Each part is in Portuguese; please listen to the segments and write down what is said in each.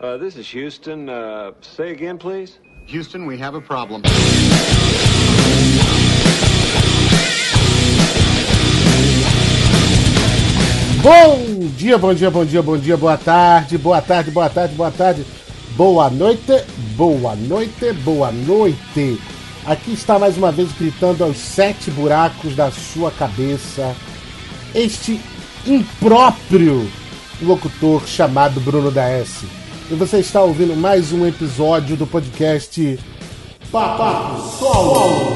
This is Houston. Say again, please. Houston, we have a problem. Bom dia, bom dia, bom dia, bom dia, boa tarde, boa tarde, boa tarde, boa tarde, boa noite, boa noite, boa noite. Aqui está mais uma vez gritando aos 7 buracos da sua cabeça este impróprio locutor chamado Bruno da S. E você está ouvindo mais um episódio do podcast Papo Solo.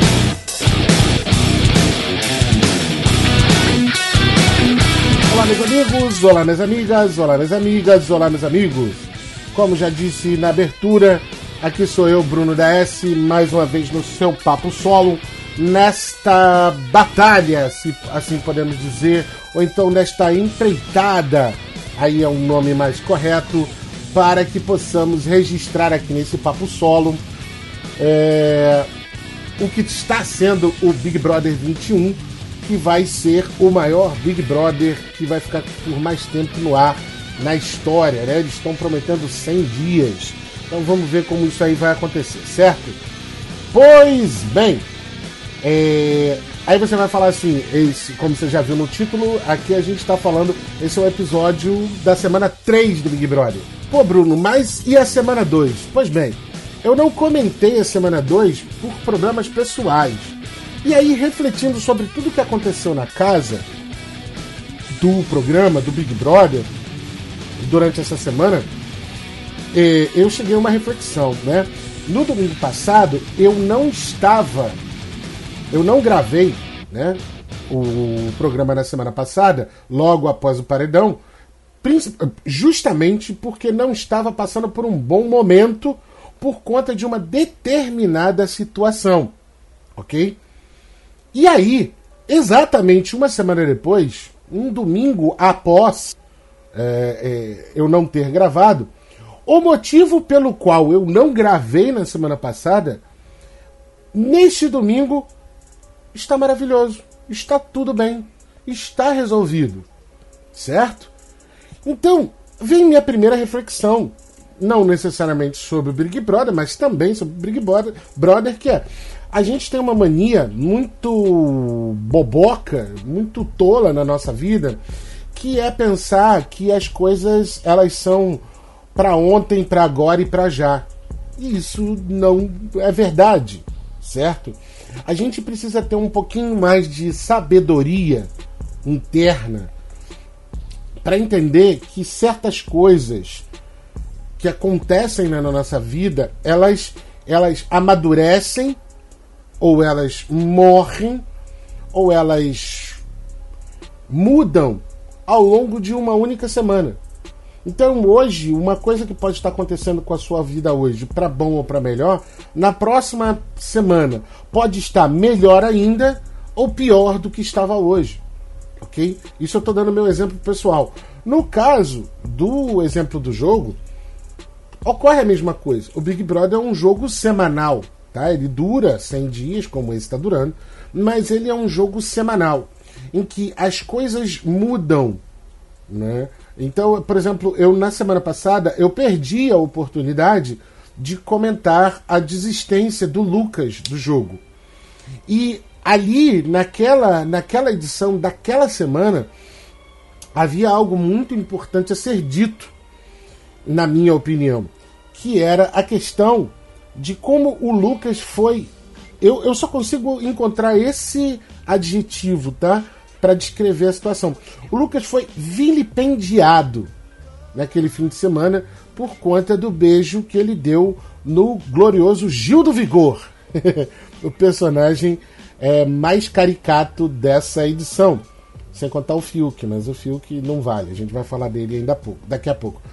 Olá meus amigos, olá minhas amigas, olá minhas amigas, olá meus amigos. Como já disse na abertura, aqui sou eu, Bruno da S, mais uma vez no seu Papo Solo, nesta batalha, se assim podemos dizer, ou então nesta empreitada, aí é um nome mais correto, para que possamos registrar aqui nesse Papo Solo o que está sendo o Big Brother 21, que vai ser o maior Big Brother que vai ficar por mais tempo no ar na história, né? Eles estão prometendo 100 dias. Então vamos ver como isso aí vai acontecer, certo? Pois bem, aí você vai falar assim, como você já viu no título, aqui a gente está falando, esse é o episódio da semana 3 do Big Brother. Pô, Bruno, mas e a semana 2? Pois bem, eu não comentei a semana 2 por problemas pessoais. E aí, refletindo sobre tudo que aconteceu na casa do programa, do Big Brother, durante essa semana, eu cheguei a uma reflexão, né? No domingo passado, eu não gravei, né, o programa na semana passada, logo após o paredão, justamente porque não estava passando por um bom momento por conta de uma determinada situação, ok? E aí, exatamente uma semana depois, um domingo após eu não ter gravado, o motivo pelo qual eu não gravei na semana passada, neste domingo, está maravilhoso, está tudo bem, está resolvido, certo? Então, vem minha primeira reflexão, não necessariamente sobre o Big Brother, mas também sobre o Big Brother, que é: a gente tem uma mania muito boboca, muito tola na nossa vida, que é pensar que as coisas elas são para ontem, para agora e para já. E isso não é verdade, certo? A gente precisa ter um pouquinho mais de sabedoria interna para entender que certas coisas que acontecem na nossa vida, elas amadurecem, ou elas morrem, ou elas mudam ao longo de uma única semana. Então hoje, uma coisa que pode estar acontecendo com a sua vida hoje, para bom ou para melhor, na próxima semana pode estar melhor ainda ou pior do que estava hoje, ok? Isso eu estou dando meu exemplo pessoal. No caso do exemplo do jogo, ocorre a mesma coisa. O Big Brother é um jogo semanal, tá? Ele dura 100 dias, como esse está durando, mas ele é um jogo semanal, em que as coisas mudam, né? Então, por exemplo, na semana passada, eu perdi a oportunidade de comentar a desistência do Lucas do jogo. E ali, naquela edição daquela semana, havia algo muito importante a ser dito, na minha opinião, que era a questão de como o Lucas foi... Eu só consigo encontrar esse adjetivo, tá? Para descrever a situação. O Lucas foi vilipendiado naquele fim de semana por conta do beijo que ele deu no glorioso Gil do Vigor, o personagem mais caricato dessa edição. Sem contar o Fiuk, mas o Fiuk não vale. A gente vai falar dele daqui a pouco.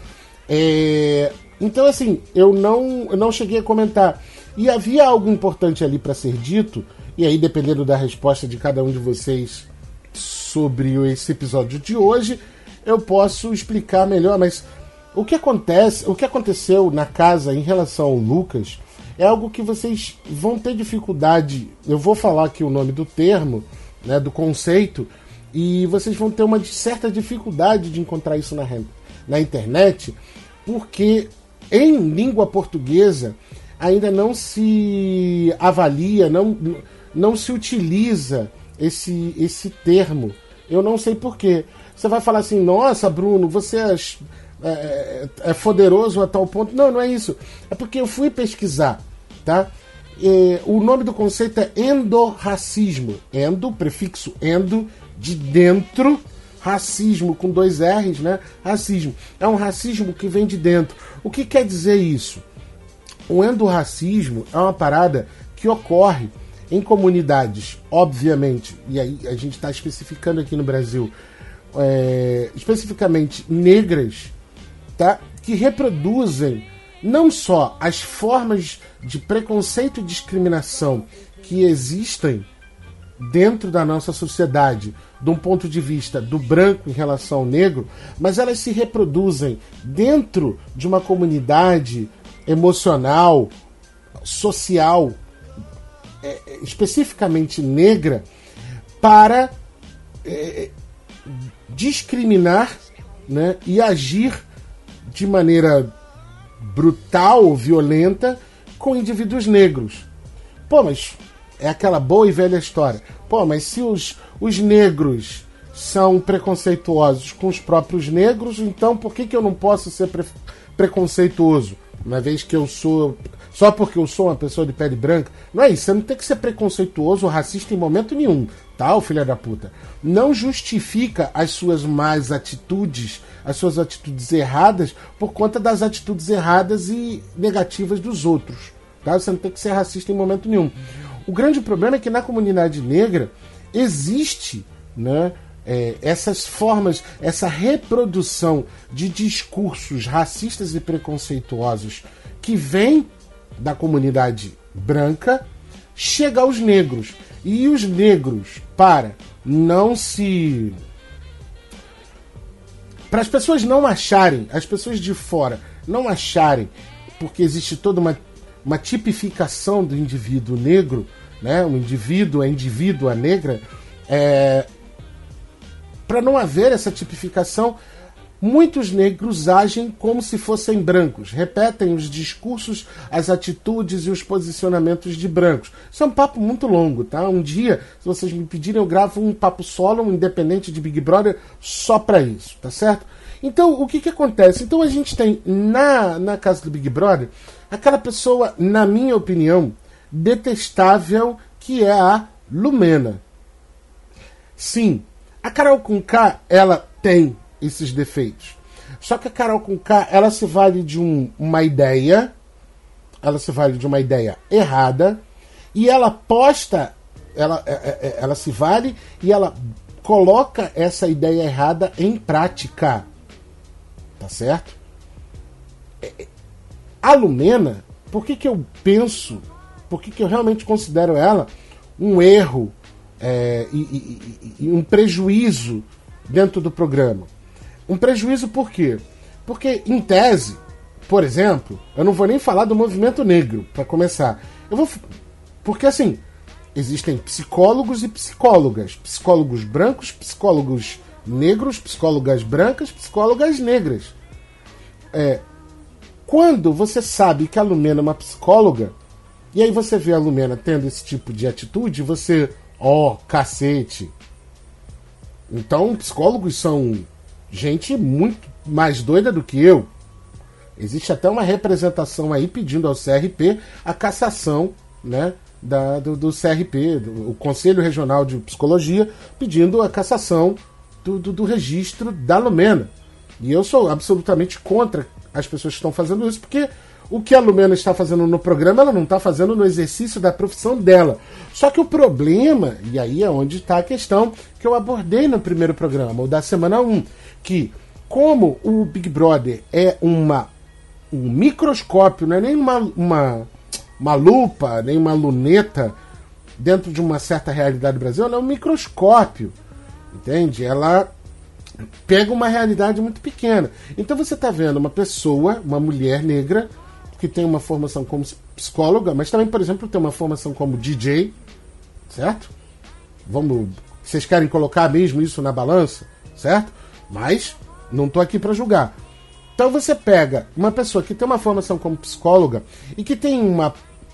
Então, assim, eu não cheguei a comentar. E havia algo importante ali para ser dito, e aí, dependendo da resposta de cada um de vocês sobre esse episódio de hoje, eu posso explicar melhor, mas o que aconteceu na casa em relação ao Lucas é algo que vocês vão ter dificuldade. Eu vou falar aqui o nome do termo, né, do conceito, e vocês vão ter uma certa dificuldade de encontrar isso na internet, porque em língua portuguesa ainda não se avalia, não se utiliza esse termo. Eu não sei porquê. Você vai falar assim, nossa, Bruno, você é poderoso a tal ponto. Não, não é isso. É porque eu fui pesquisar, tá? O nome do conceito é endorracismo. Endo, prefixo endo, de dentro, racismo com 2 R's, né? Racismo. É um racismo que vem de dentro. O que quer dizer isso? O endorracismo é uma parada que ocorre em comunidades, obviamente, e aí a gente está especificando aqui no Brasil, especificamente negras, tá? Que reproduzem não só as formas de preconceito e discriminação que existem dentro da nossa sociedade, de um ponto de vista do branco em relação ao negro, mas elas se reproduzem dentro de uma comunidade emocional, social, especificamente negra, para discriminar, né, e agir de maneira brutal, violenta, com indivíduos negros. Pô, mas é aquela boa e velha história. Pô, mas se os negros são preconceituosos com os próprios negros, então por que eu não posso ser preconceituoso? Uma vez que eu sou... Só porque eu sou uma pessoa de pele branca? Não é isso, você não tem que ser preconceituoso ou racista em momento nenhum, tá, ô filho da puta? Não justifica as suas más atitudes, as suas atitudes erradas, por conta das atitudes erradas e negativas dos outros, tá? Você não tem que ser racista em momento nenhum. O grande problema é que na comunidade negra existe, né, essas formas, essa reprodução de discursos racistas e preconceituosos que vem da comunidade branca, chega aos negros. E os negros, para as pessoas não acharem, as pessoas de fora não acharem, porque existe toda uma tipificação do indivíduo negro, né? O indivíduo é indivídua negra, para não haver essa tipificação, muitos negros agem como se fossem brancos, repetem os discursos, as atitudes e os posicionamentos de brancos. Isso é um papo muito longo, tá? Um dia, se vocês me pedirem, eu gravo um papo solo, um independente de Big Brother, só para isso, tá certo? Então, o que acontece? Então, a gente tem na casa do Big Brother aquela pessoa, na minha opinião, detestável, que é a Lumena. Sim, a Carol Conká, ela tem esses defeitos. Só que a Carol Conká, ela se vale de uma ideia, ela se vale de uma ideia errada, e ela posta, ela se vale e ela coloca essa ideia errada em prática. Tá certo? A Lumena, por que eu penso, por que eu realmente considero ela um erro e um prejuízo dentro do programa? Um prejuízo por quê? Porque, em tese, por exemplo, eu não vou nem falar do movimento negro, para começar. Porque, assim, existem psicólogos e psicólogas. Psicólogos brancos, psicólogos negros, psicólogas brancas, psicólogas negras. Quando você sabe que a Lumena é uma psicóloga, e aí você vê a Lumena tendo esse tipo de atitude, você... cacete. Então, psicólogos são gente muito mais doida do que eu. Existe até uma representação aí pedindo ao CRP a cassação, né, do CRP, o Conselho Regional de Psicologia, pedindo a cassação do registro da Lumena. E eu sou absolutamente contra as pessoas que estão fazendo isso, porque o que a Lumena está fazendo no programa, ela não está fazendo no exercício da profissão dela. Só que o problema, e aí é onde está a questão que eu abordei no primeiro programa, o da semana 1, que como o Big Brother é um microscópio, não é nem uma lupa, nem uma luneta dentro de uma certa realidade do Brasil, ela é um microscópio, entende? Ela pega uma realidade muito pequena. Então você está vendo uma pessoa, uma mulher negra, que tem uma formação como psicóloga, mas também, por exemplo, tem uma formação como DJ, certo? Vocês querem colocar mesmo isso na balança, certo? Mas não estou aqui para julgar. Então você pega uma pessoa que tem uma formação como psicóloga e que tem uma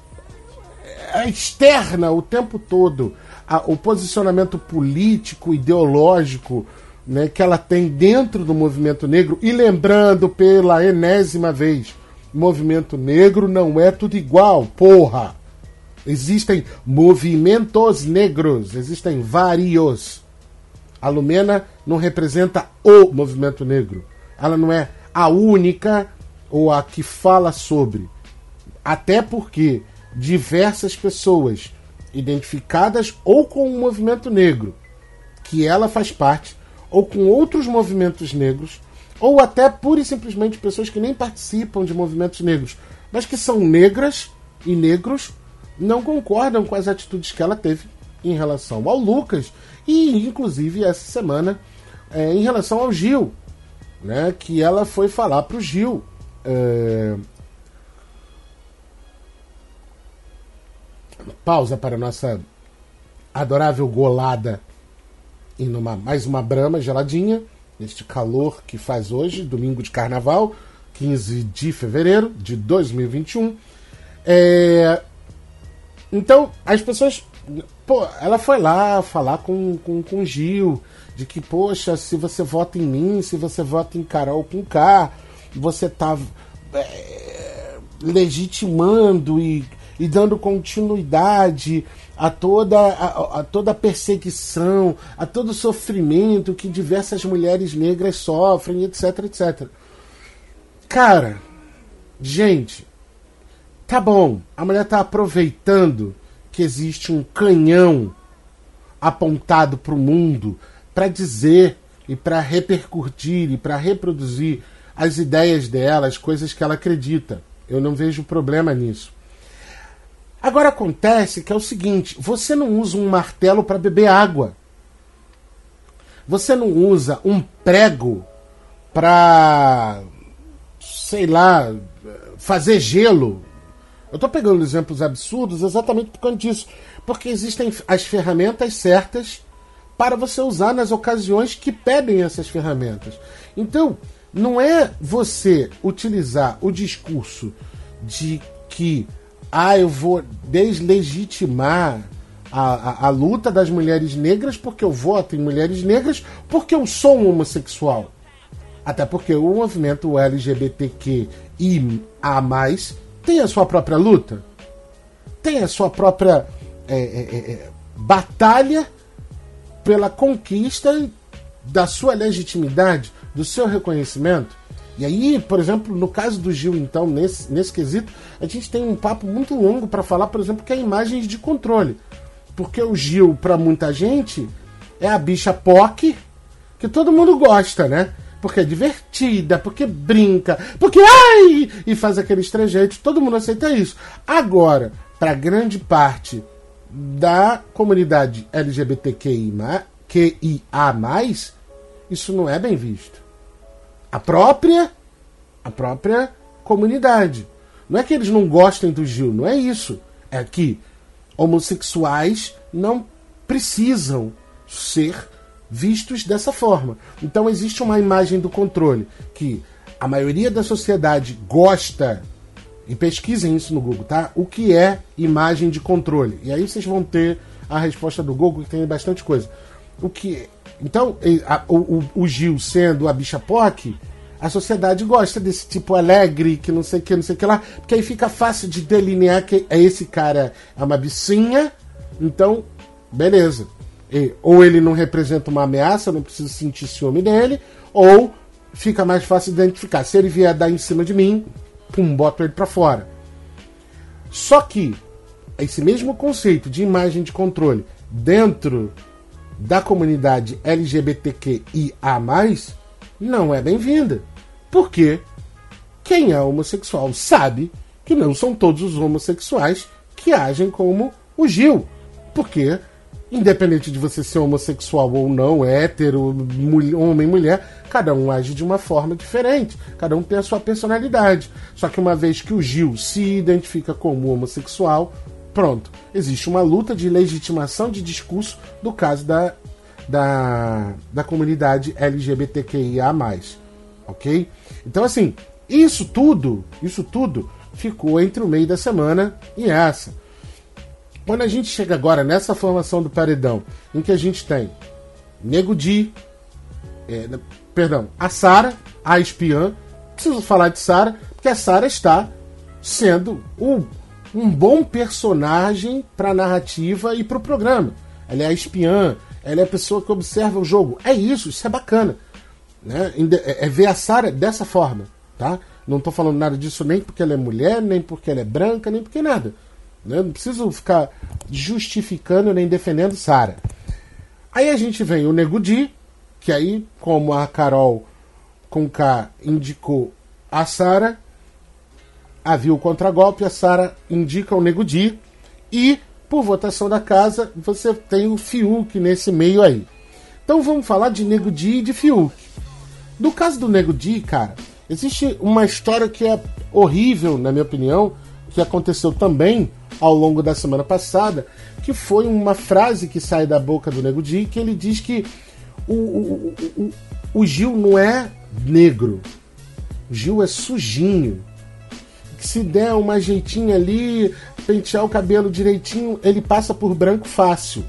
externa o tempo todo o posicionamento político, ideológico, né, que ela tem dentro do movimento negro, e lembrando pela enésima vez, movimento negro não é tudo igual, porra! Existem movimentos negros, existem vários. A Lumena não representa o movimento negro. Ela não é a única ou a que fala sobre. Até porque diversas pessoas identificadas ou com o movimento negro, que ela faz parte, ou com outros movimentos negros, ou até pura e simplesmente pessoas que nem participam de movimentos negros, mas que são negras e negros, não concordam com as atitudes que ela teve em relação ao Lucas e, inclusive, essa semana, em relação ao Gil, né, que ela foi falar para o Gil. Pausa para a nossa adorável golada e mais uma brama geladinha, neste calor que faz hoje, domingo de carnaval, 15 de fevereiro de 2021. Então, as pessoas... Pô, ela foi lá falar com o Gil, de que, poxa, se você vota em mim, se você vota em Carol com K, você tá legitimando e dando continuidade a toda perseguição, a todo sofrimento que diversas mulheres negras sofrem, etc, etc. Cara, gente, tá bom, a mulher tá aproveitando que existe um canhão apontado para o mundo para dizer e para repercutir e para reproduzir as ideias dela, as coisas que ela acredita. Eu não vejo problema nisso. Agora acontece que é o seguinte, você não usa um martelo para beber água. Você não usa um prego para, sei lá, fazer gelo. Eu estou pegando exemplos absurdos exatamente por causa disso. Porque existem as ferramentas certas para você usar nas ocasiões que pedem essas ferramentas. Então, não é você utilizar o discurso de que eu vou deslegitimar a luta das mulheres negras porque eu voto em mulheres negras porque eu sou um homossexual. Até porque o movimento LGBTQIA+, tem a sua própria luta, tem a sua própria batalha pela conquista da sua legitimidade, do seu reconhecimento. E aí, por exemplo, no caso do Gil, então, nesse quesito, a gente tem um papo muito longo para falar, por exemplo, que é imagens de controle. Porque o Gil, para muita gente, é a bicha POC que todo mundo gosta, né? Porque é divertida, porque brinca, porque ai! E faz aqueles trejeitos, todo mundo aceita isso. Agora, para grande parte da comunidade LGBTQIA+, isso não é bem visto. A própria comunidade. Não é que eles não gostem do Gil, não é isso. É que homossexuais não precisam ser vistos dessa forma. Então existe uma imagem do controle que a maioria da sociedade gosta, e pesquisem isso no Google, tá? O que é imagem de controle? E aí vocês vão ter a resposta do Google, que tem bastante coisa. Então, o Gil sendo a bicha POC, a sociedade gosta desse tipo alegre, que não sei o que lá, porque aí fica fácil de delinear que esse cara é uma bicinha, então, beleza. Ou ele não representa uma ameaça, eu não preciso sentir ciúme dele, ou fica mais fácil de identificar. Se ele vier dar em cima de mim, pum, boto ele pra fora. Só que esse mesmo conceito de imagem de controle dentro da comunidade LGBTQIA+, não é bem-vinda. Porque quem é homossexual sabe que não são todos os homossexuais que agem como o Gil. Porque, independente de você ser homossexual ou não, hétero, homem, mulher, cada um age de uma forma diferente. Cada um tem a sua personalidade. Só que uma vez que o Gil se identifica como homossexual, pronto. Existe uma luta de legitimação de discurso do caso da comunidade LGBTQIA+. Ok? Então, assim, isso tudo ficou entre o meio da semana e essa. Quando a gente chega agora nessa formação do paredão, em que a gente tem Nego Di, a Sara, a espiã. Preciso falar de Sara, porque a Sara está sendo um bom personagem para a narrativa e para o programa. Ela é a espiã, ela é a pessoa que observa o jogo. Isso é bacana. Né? É ver a Sara dessa forma. Tá? Não estou falando nada disso nem porque ela é mulher, nem porque ela é branca, nem porque nada. Né? Não preciso ficar justificando nem defendendo Sara. Aí a gente vem o Nego Di, que aí, como a Carol com K indicou a Sara, havia o contragolpe, a Sara indica o Nego Di, e, por votação da casa, você tem o Fiuk nesse meio aí. Então vamos falar de Nego Di e de Fiuk. No caso do Nego Di, cara, existe uma história que é horrível, na minha opinião, que aconteceu também ao longo da semana passada, que foi uma frase que sai da boca do Nego Di, que ele diz que o Gil não é negro, o Gil é sujinho, que se der uma jeitinha ali, pentear o cabelo direitinho, ele passa por branco fácil.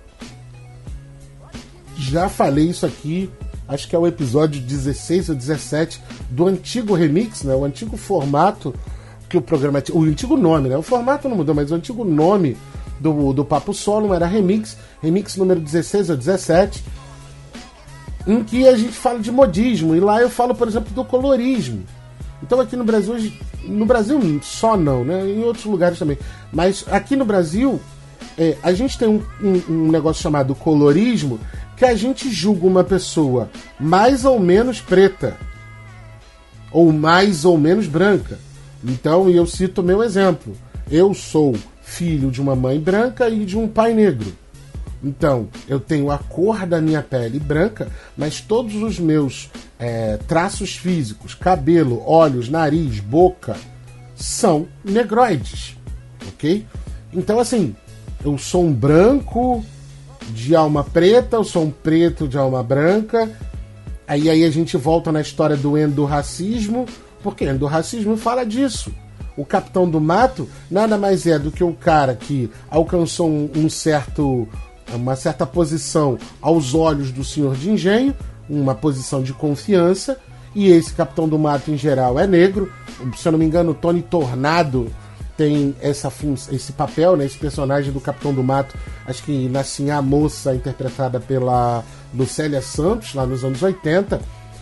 Já falei isso aqui, acho que é o episódio 16 ou 17 do antigo remix, né? O antigo formato que o programa tinha, o antigo nome, né? O formato não mudou, mas o antigo nome do Papo Solo era remix número 16 ou 17, em que a gente fala de modismo, e lá eu falo, por exemplo, do colorismo. Então aqui no Brasil só não, né? Em outros lugares também, mas aqui no Brasil a gente tem um negócio chamado colorismo, que a gente julga uma pessoa mais ou menos preta, ou mais ou menos branca. Então, eu cito o meu exemplo. Eu sou filho de uma mãe branca e de um pai negro. Então, eu tenho a cor da minha pele branca, mas todos os meus traços físicos, cabelo, olhos, nariz, boca, são negroides, ok? Então, assim, eu sou um branco de alma preta, eu sou um preto de alma branca. Aí a gente volta na história do endorracismo, porque o endorracismo fala disso. O Capitão do Mato nada mais é do que o cara que alcançou uma certa posição aos olhos do senhor de engenho, uma posição de confiança, e esse Capitão do Mato em geral é negro. Se eu não me engano, o Tony Tornado tem esse papel, né, esse personagem do Capitão do Mato, acho que na Sim a Moça, interpretada pela Lucélia Santos, lá nos anos 80.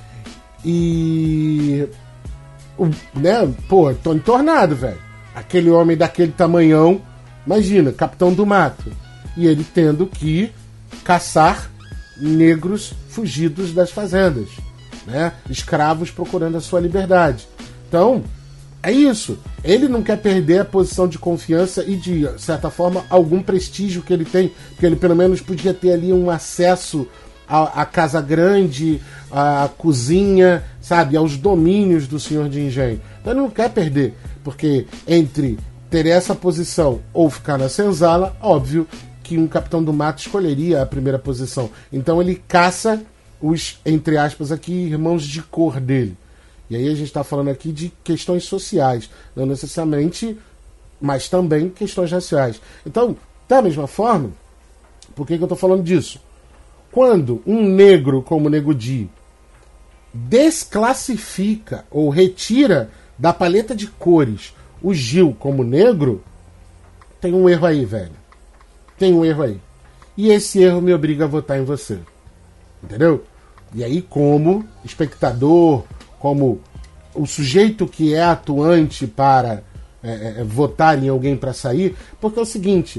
E Tony Tornado, velho. Aquele homem daquele tamanhão, imagina, Capitão do Mato. E ele tendo que caçar negros fugidos das fazendas, né? Escravos procurando a sua liberdade. Então, é isso. Ele não quer perder a posição de confiança e, de certa forma, algum prestígio que ele tem, porque ele pelo menos podia ter ali um acesso à casa grande, à cozinha, sabe, aos domínios do senhor de engenho. Então ele não quer perder, porque entre ter essa posição ou ficar na senzala, óbvio que um Capitão do Mato escolheria a primeira posição. Então ele caça os, entre aspas aqui, irmãos de cor dele. E aí a gente está falando aqui de questões sociais, não necessariamente, mas também questões raciais. Então, da mesma forma, por que eu estou falando disso? Quando um negro como o Nego Di desclassifica ou retira da paleta de cores o Gil como negro, tem um erro aí, velho. Tem um erro aí. E esse erro me obriga a votar em você. Entendeu? E aí, como espectador, como o sujeito que é atuante para votar em alguém para sair, porque é o seguinte,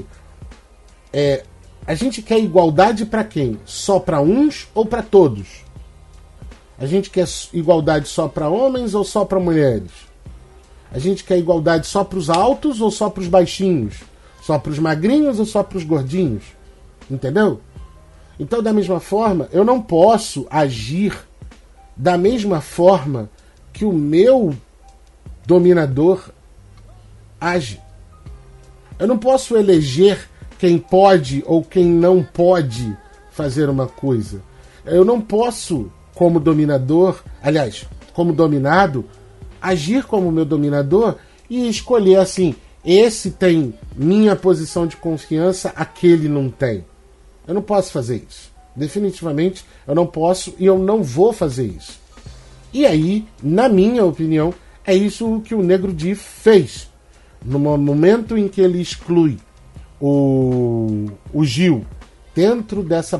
a gente quer igualdade para quem? Só para uns ou para todos? A gente quer igualdade só para homens ou só para mulheres? A gente quer igualdade só para os altos ou só para os baixinhos? Só para os magrinhos ou só para os gordinhos? Entendeu? Então, da mesma forma, eu não posso agir da mesma forma que o meu dominador age. Eu não posso eleger quem pode ou quem não pode fazer uma coisa. Eu não posso, como dominador, aliás, como dominado, agir como meu dominador e escolher assim, esse tem minha posição de confiança, aquele não tem. Eu não posso fazer isso. Definitivamente eu não posso e eu não vou fazer isso. E aí, na minha opinião, é isso que o Negro Di fez. No momento em que ele exclui o Gil dentro dessa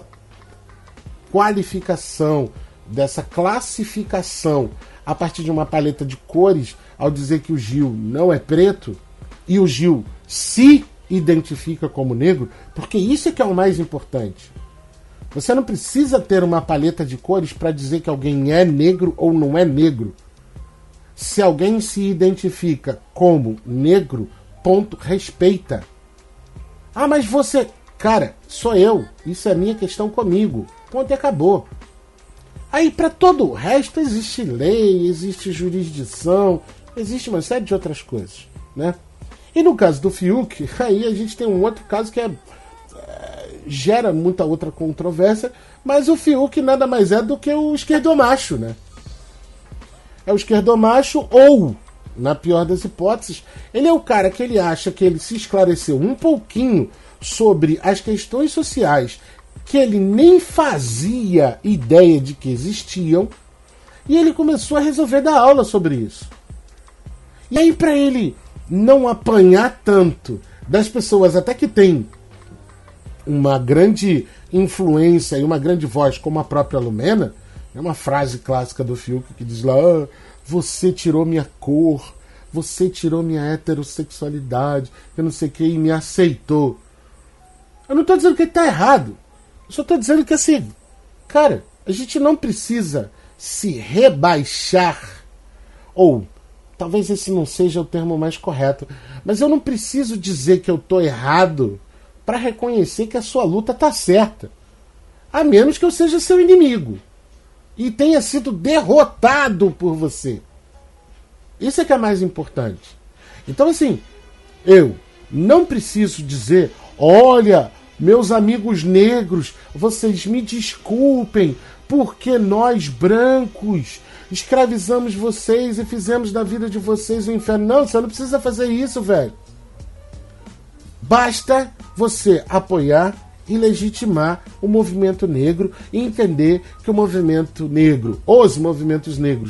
qualificação, dessa classificação a partir de uma paleta de cores, ao dizer que o Gil não é preto e o Gil se identifica como negro, porque isso é que é o mais importante. Você não precisa ter uma paleta de cores para dizer que alguém é negro ou não é negro. Se alguém se identifica como negro, ponto, respeita. Ah, mas você... Cara, sou eu. Isso é minha questão comigo. Ponto e acabou. Aí, para todo o resto, existe lei, existe jurisdição, existe uma série de outras coisas, né? E no caso do Fiuk, aí a gente tem um outro caso que gera muita outra controvérsia, mas o Fiuk nada mais é do que o esquerdomacho, né? É o esquerdomacho ou, na pior das hipóteses, ele é o cara que ele acha que ele se esclareceu um pouquinho sobre as questões sociais que ele nem fazia ideia de que existiam, e ele começou a resolver dar aula sobre isso. E aí, para ele não apanhar tanto das pessoas até que tem uma grande influência e uma grande voz como a própria Lumena, é uma frase clássica do Fiuk que diz lá: ah, você tirou minha cor, você tirou minha heterossexualidade, eu não sei o que, e me aceitou. Eu não estou dizendo que ele está errado, eu só estou dizendo que assim, cara, a gente não precisa se rebaixar, ou talvez esse não seja o termo mais correto, mas eu não preciso dizer que eu estou errado para reconhecer que a sua luta está certa, a menos que eu seja seu inimigo e tenha sido derrotado por você. Isso é que é mais importante. Então, assim, eu não preciso dizer: olha, meus amigos negros, vocês me desculpem, porque nós brancos escravizamos vocês e fizemos da vida de vocês um inferno. Não, você não precisa fazer isso, velho. Basta você apoiar e legitimar o movimento negro e entender que o movimento negro, os movimentos negros,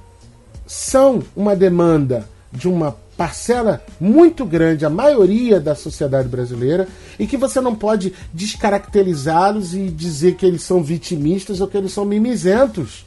são uma demanda de uma parcela muito grande, a maioria da sociedade brasileira, e que você não pode descaracterizá-los e dizer que eles são vitimistas ou que eles são mimizentos.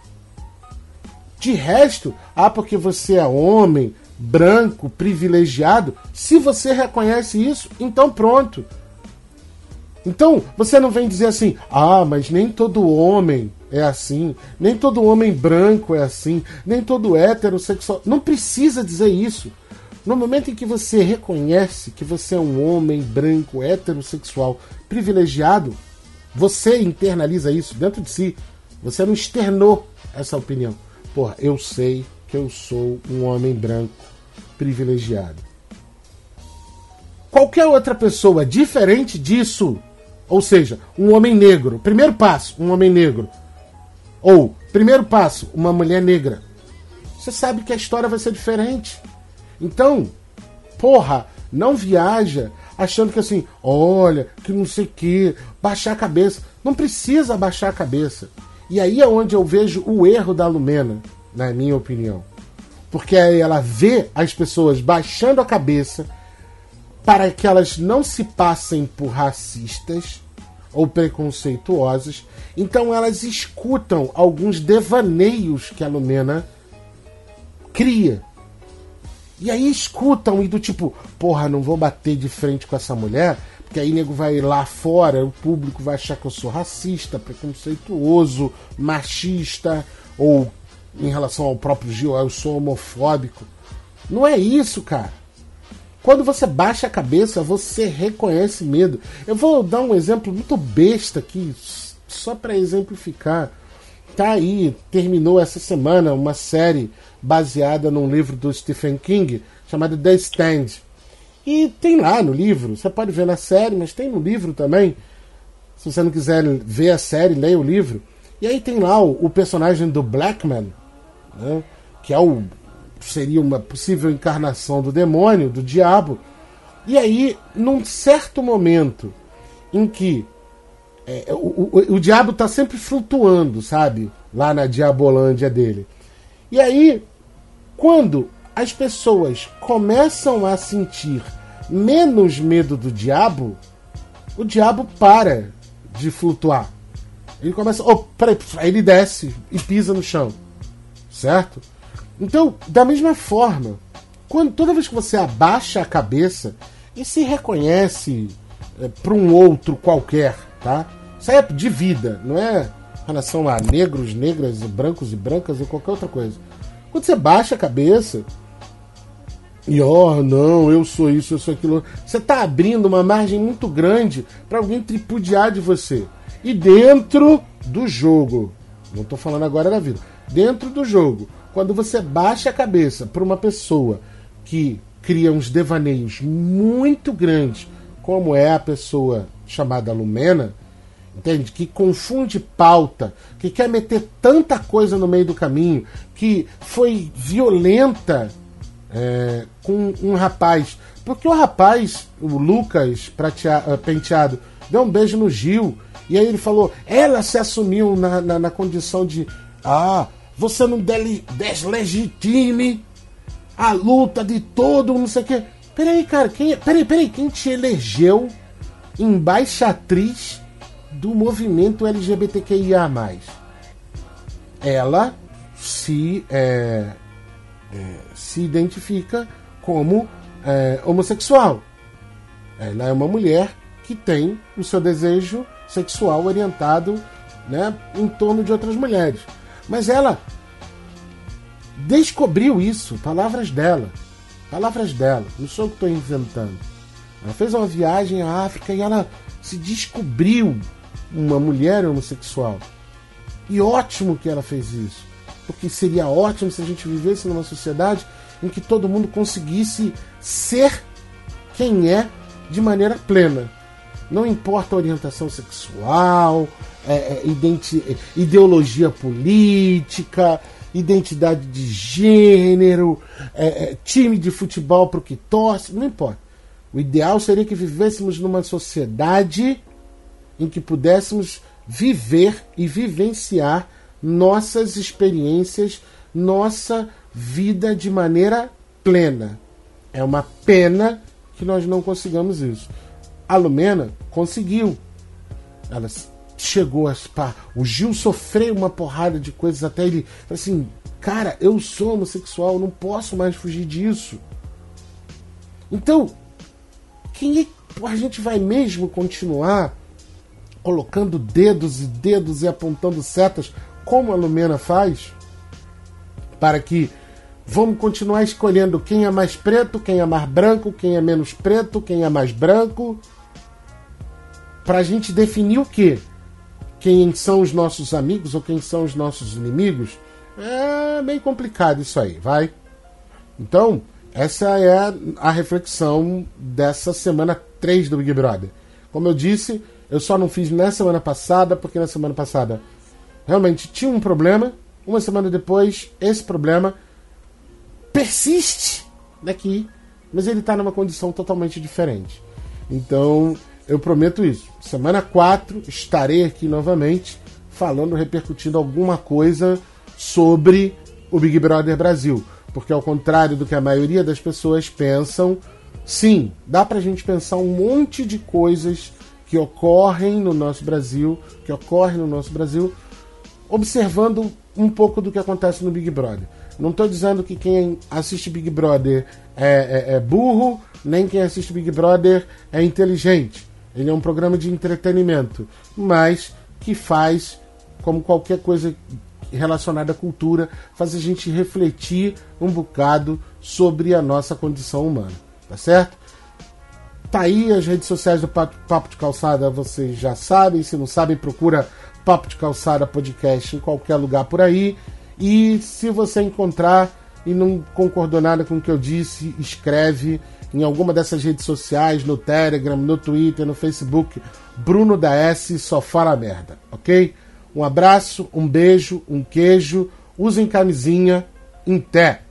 De resto, porque você é homem, branco, privilegiado, se você reconhece isso, então pronto. Então, você não vem dizer assim: ah, mas nem todo homem é assim, nem todo homem branco é assim, nem todo heterossexual. Não precisa dizer isso. No momento em que você reconhece que você é um homem branco, heterossexual, privilegiado, você internaliza isso dentro de si. Você não externou essa opinião. Porra, eu sei que eu sou um homem branco, privilegiado. Qualquer outra pessoa diferente disso, ou seja, um homem negro, primeiro passo, um homem negro, ou primeiro passo, uma mulher negra, você sabe que a história vai ser diferente. Então, porra, não viaja achando que assim, olha, que não sei o que, baixar a cabeça. Não precisa baixar a cabeça. E aí é onde eu vejo o erro da Lumena, na minha opinião. Porque aí ela vê as pessoas baixando a cabeça para que elas não se passem por racistas ou preconceituosas. Então elas escutam alguns devaneios que a Lumena cria. E aí escutam e do tipo, porra, não vou bater de frente com essa mulher, porque aí nego vai lá fora, o público vai achar que eu sou racista, preconceituoso, machista, ou em relação ao próprio Gil, eu sou homofóbico. Não é isso, cara. Quando você baixa a cabeça, você reconhece medo. Eu vou dar um exemplo muito besta aqui, só para exemplificar. Tá aí, terminou essa semana uma série baseada num livro do Stephen King, chamado The Stand. E tem lá no livro, você pode ver na série, mas tem no livro também. Se você não quiser ver a série, leia o livro. E aí tem lá o personagem do Blackman, né, que seria uma possível encarnação do demônio, do diabo. E aí, num certo momento em que o diabo está sempre flutuando, sabe? Lá na diabolândia dele. E aí, quando as pessoas começam a sentir menos medo do diabo, o diabo para de flutuar. Ele começa... peraí, aí ele desce e pisa no chão. Certo? Então, da mesma forma, toda vez que você abaixa a cabeça e se reconhece para um outro qualquer, tá? Isso é de vida, não é em relação a negros, negras, brancos e brancas ou qualquer outra coisa. Quando você baixa a cabeça e, não, eu sou isso, eu sou aquilo, você está abrindo uma margem muito grande para alguém tripudiar de você. E dentro do jogo, não estou falando agora da vida, dentro do jogo, quando você baixa a cabeça para uma pessoa que cria uns devaneios muito grandes, como é a pessoa chamada Lumena, entende? Que confunde pauta, que quer meter tanta coisa no meio do caminho, que foi violenta com um rapaz. Porque o rapaz, o Lucas Penteado, deu um beijo no Gil, e aí ele falou, ela se assumiu na condição de você não deslegitime a luta de todo, não sei o quê. Peraí, cara, quem te elegeu embaixatriz do movimento LGBTQIA+. Ela se identifica como homossexual. Ela é uma mulher que tem o seu desejo sexual orientado, né, em torno de outras mulheres. Mas ela descobriu isso, palavras dela, não sou eu que estou inventando. Ela fez uma viagem à África e ela se descobriu uma mulher homossexual. E ótimo que ela fez isso, porque seria ótimo se a gente vivesse numa sociedade em que todo mundo conseguisse ser quem é de maneira plena. Não importa a orientação sexual, ideologia política, identidade de gênero, time de futebol para o que torce, não importa. O ideal seria que vivêssemos numa sociedade em que pudéssemos viver e vivenciar nossas experiências, nossa vida de maneira plena. É uma pena que nós não consigamos isso. A Lumena conseguiu. Ela chegou a... O Gil sofreu uma porrada de coisas até ele... Assim, cara, eu sou homossexual, não posso mais fugir disso. Então, a gente vai mesmo continuar colocando dedos e dedos e apontando setas, como a Lumena faz, para que vamos continuar escolhendo quem é mais preto, quem é mais branco, quem é menos preto, quem é mais branco, para a gente definir o quê? Quem são os nossos amigos ou quem são os nossos inimigos? É bem complicado isso aí, vai? Então, essa é a reflexão dessa semana 3 do Big Brother. Como eu disse, eu só não fiz na semana passada, porque na semana passada realmente tinha um problema. Uma semana depois, esse problema persiste daqui, mas ele está numa condição totalmente diferente. Então, eu prometo isso. Semana 4, estarei aqui novamente, falando, repercutindo alguma coisa sobre o Big Brother Brasil. Porque ao contrário do que a maioria das pessoas pensam, sim, dá pra gente pensar um monte de coisas que ocorrem no nosso Brasil, observando um pouco do que acontece no Big Brother. Não estou dizendo que quem assiste Big Brother é burro, nem quem assiste Big Brother é inteligente. Ele é um programa de entretenimento, mas que faz, como qualquer coisa relacionada à cultura, faz a gente refletir um bocado sobre a nossa condição humana. Tá certo? Tá aí as redes sociais do Papo de Calçada, vocês já sabem. Se não sabem, procura Papo de Calçada Podcast em qualquer lugar por aí. E se você encontrar e não concordou nada com o que eu disse, escreve em alguma dessas redes sociais, no Telegram, no Twitter, no Facebook, Bruno da S, só fala merda, ok? Um abraço, um beijo, um queijo, usem camisinha em pé.